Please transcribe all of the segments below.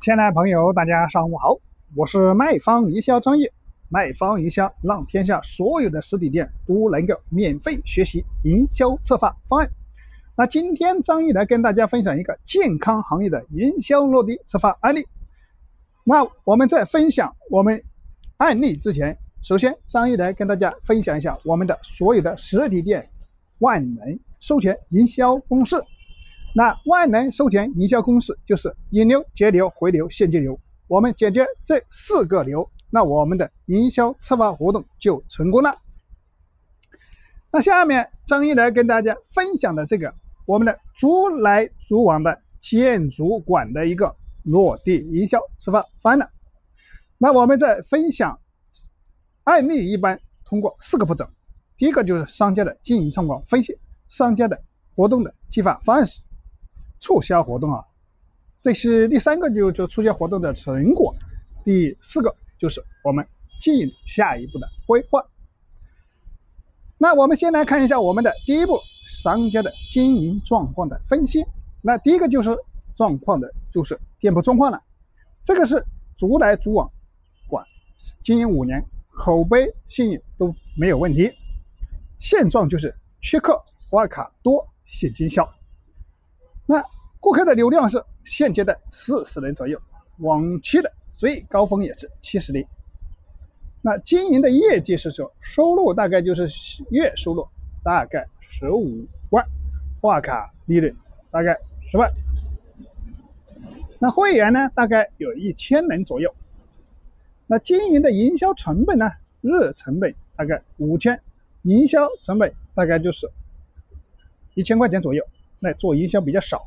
亲爱的朋友，大家上午好，我是卖方营销专业，卖方营销让天下所有的实体店都能够免费学习营销策划方案。那今天张毅来跟大家分享一个健康行业的营销落地策划案例。那我们在分享我们案例之前，首先张毅来跟大家分享一下我们的所有的实体店万能收钱营销公式。那万能收钱营销公式就是引流、节流、回流、现金流。我们解决这4个流，那我们的营销策划活动就成功了。那下面张毅来跟大家分享的这个我们的逐来逐往的建筑馆的一个落地营销策划方案了。那我们在分享案例一般通过4个步骤。第一个就是商家的经营状况分析，商家的活动的计划方案时，促销活动这是第3个就促销活动的成果。第4个就是我们进下一步的规划。那我们先来看一下我们的第一步，商家的经营状况的分析。那第一个就是状况的就是店铺状况了，这个是逐来逐往馆经营5年，口碑信誉都没有问题。现状就是缺客、花卡多、现金少。那顾客的流量是现阶段40人左右，往期的最高峰也是70人。那经营的业绩是说，收入大概就是月收入大概15万，花卡利润大概10万。那会员呢大概有1000人左右。那经营的营销成本呢，日成本大概5000，营销成本大概就是1000块钱左右。那做营销比较少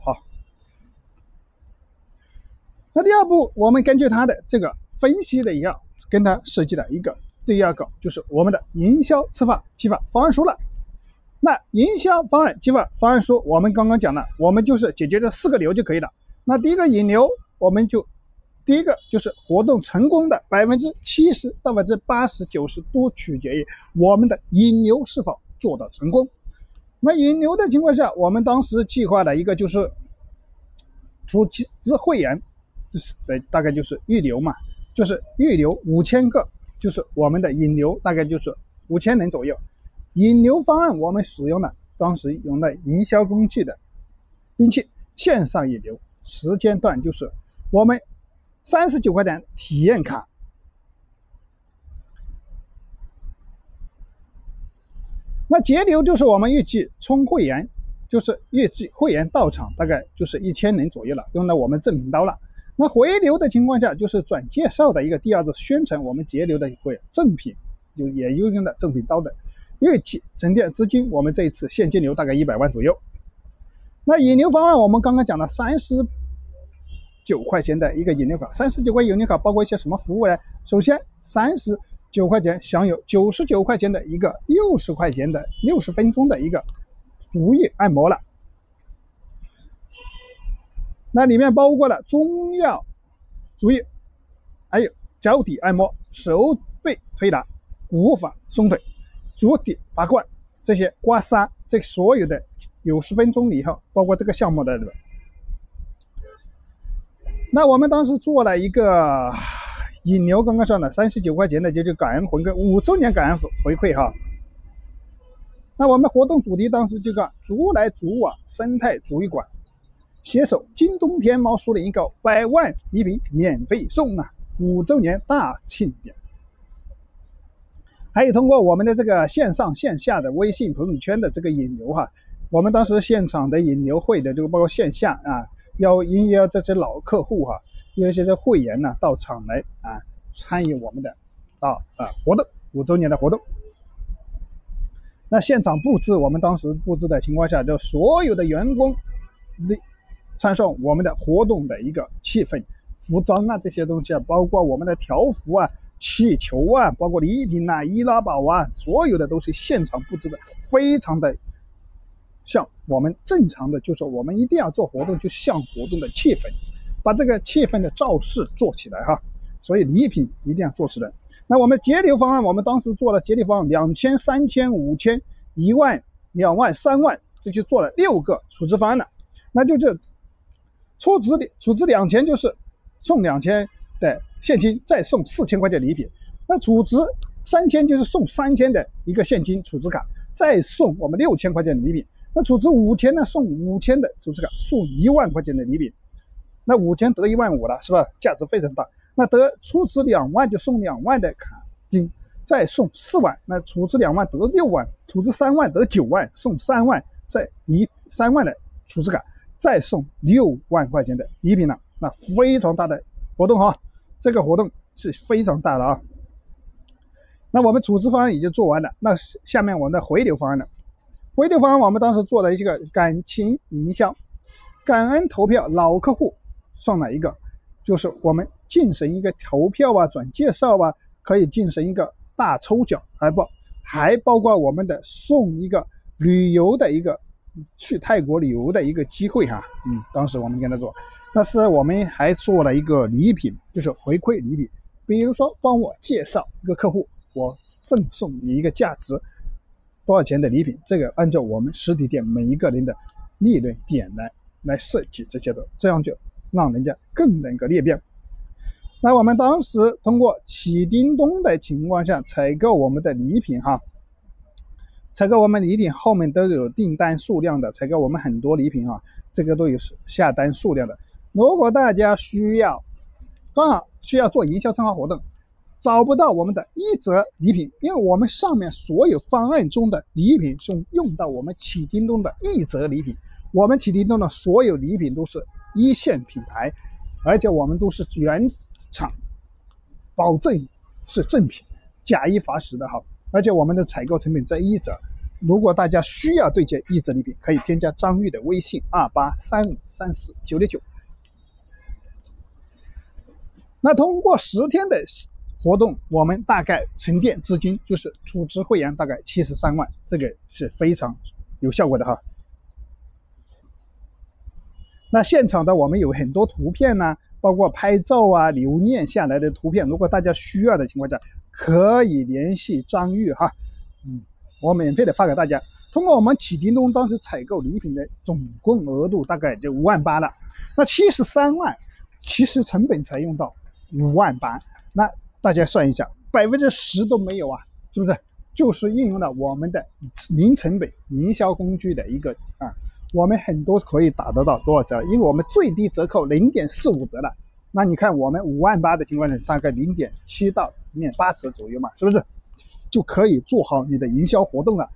那第二步，我们根据他的这个分析的一样，跟他设计了一个第二个就是我们的营销策划计划方案书了。那营销方案计划方案书我们刚刚讲了，我们就是解决这4个流就可以了。那第一个引流，我们就第一个就是活动成功的70%到80%、90%都取决于我们的引流是否做到成功。那引流的情况下，我们当时计划的一个就是出资会员，大概就是预留嘛，就是预留5000个，就是我们的引流大概就是5000人左右。引流方案我们使用了当时用了营销工具的，并且线上引流时间段就是我们39块钱体验卡。那节流就是我们预计充会员，就是预计会员到场大概就是1000人左右了，用了我们赠品刀了。那回流的情况下，就是转介绍的一个第二次宣传，我们节流的会赠品就也用了赠品刀的。预计沉淀资金，我们这一次现金流大概100万左右。那引流方案我们刚刚讲了39块钱的一个引流卡，39块引流卡包括一些什么服务呢？首先39块钱享有99块钱的一个60块钱的60分钟的一个足浴按摩了。那里面包括了中药足浴，还有脚底按摩、手背推拿、骨法松腿、足底拔罐，这些刮痧，这所有的90分钟以后，包括这个项目的。那我们当时做了一个引流，刚刚上了39块钱的，就是感恩回馈5周年感恩回馈那我们活动主题当时这个逐来逐往生态足浴馆，携手京东天猫苏宁购100万礼品免费送5周年大庆典。还有通过我们的这个线上线下的微信朋友圈的这个引流我们当时现场的引流会的就包括线下邀这些老客户有一些会员到场来参与我们的活动5周年的活动。那现场布置，我们当时布置的情况下，就所有的员工参上我们的活动的一个气氛，服装这些东西包括我们的条幅气球包括礼品易拉宝所有的都是现场布置的，非常的像我们正常的，就是我们一定要做活动就像活动的气氛，把这个气氛的造势做起来所以礼品一定要做起来。那我们节流方案，我们当时做了节流方案2000、3000、5000、1万、2万、3万，这就做了6个处置方案了。那就是出资2000就是送2000的现金，再送4000块钱礼品。那储值3000就是送3000的一个现金储值卡，再送我们6000块钱的礼品。那储值5000呢，送5000的储值卡，送1万块钱的礼品。那5000得15000了，是吧？价值非常大。那得储值2万就送2万的卡金，再送4万。那储值2万得6万，储值3万得9万，送3万，再3万的储值卡，再送6万块钱的礼品了。那非常大的活动哈，这个活动是非常大的啊。那我们储值方案已经做完了，那下面我们的回流方案了。回流方案我们当时做了一个感情营销，感恩投票老客户送了一个，就是我们进行一个投票啊、转介绍啊，可以进行一个大抽奖，还包括我们的送一个旅游的一个去泰国旅游的一个机会哈。当时我们跟他做，但是我们还做了一个礼品，就是回馈礼品，比如说帮我介绍一个客户，我赠送你一个价值多少钱的礼品，这个按照我们实体店每一个人的利润点来设计这些的，这样就让人家更能够裂变。那我们当时通过启叮咚的情况下采购我们的礼品哈，采购我们礼品后面都有订单数量的，采购我们很多礼品哈，这个都有下单数量的。如果大家刚好需要做营销参考活动，找不到我们的一折礼品，因为我们上面所有方案中的礼品是用到我们启叮咚的一折礼品，我们启叮咚的所有礼品都是一线品牌，而且我们都是原厂保证是正品，假一罚10的哈，而且我们的采购成本在1折。如果大家需要对接一折礼品，可以添加张玉的微信2835349969。那通过10天的活动，我们大概沉淀资金就是储值会员大概73万，这个是非常有效果的哈。那现场的我们有很多图片呢，包括拍照啊、留念下来的图片，如果大家需要的情况下，可以联系张玉哈，我免费的发给大家。通过我们启叮咚当时采购礼品的总共额度大概就5万8了，那73万其实成本才用到5万8，那大家算一下，10%都没有啊，是不是？就是应用了我们的零成本营销工具的一个我们很多可以打得到多少折？因为我们最低折扣0.45折了，那你看我们5万8的情况下，大概0.7到0.8折左右嘛，是不是？就可以做好你的营销活动了。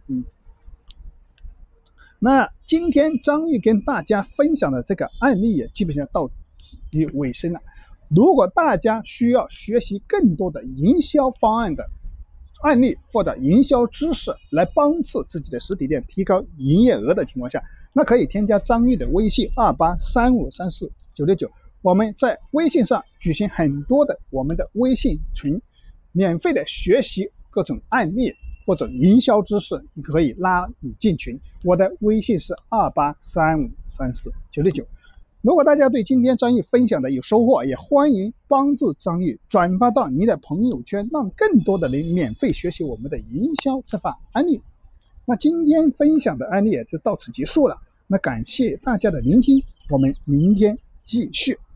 那今天张玉跟大家分享的这个案例也基本上到尾声了。如果大家需要学习更多的营销方案的案例或者营销知识来帮助自己的实体店提高营业额的情况下，那可以添加张玉的微信2835349969，我们在微信上举行很多的我们的微信群，免费的学习各种案例或者营销知识，你可以拉你进群，我的微信是2835349969。如果大家对今天张玉分享的有收获，也欢迎帮助张玉转发到你的朋友圈，让更多的人免费学习我们的营销策划案例。那今天分享的案例也就到此结束了，那感谢大家的聆听，我们明天继续。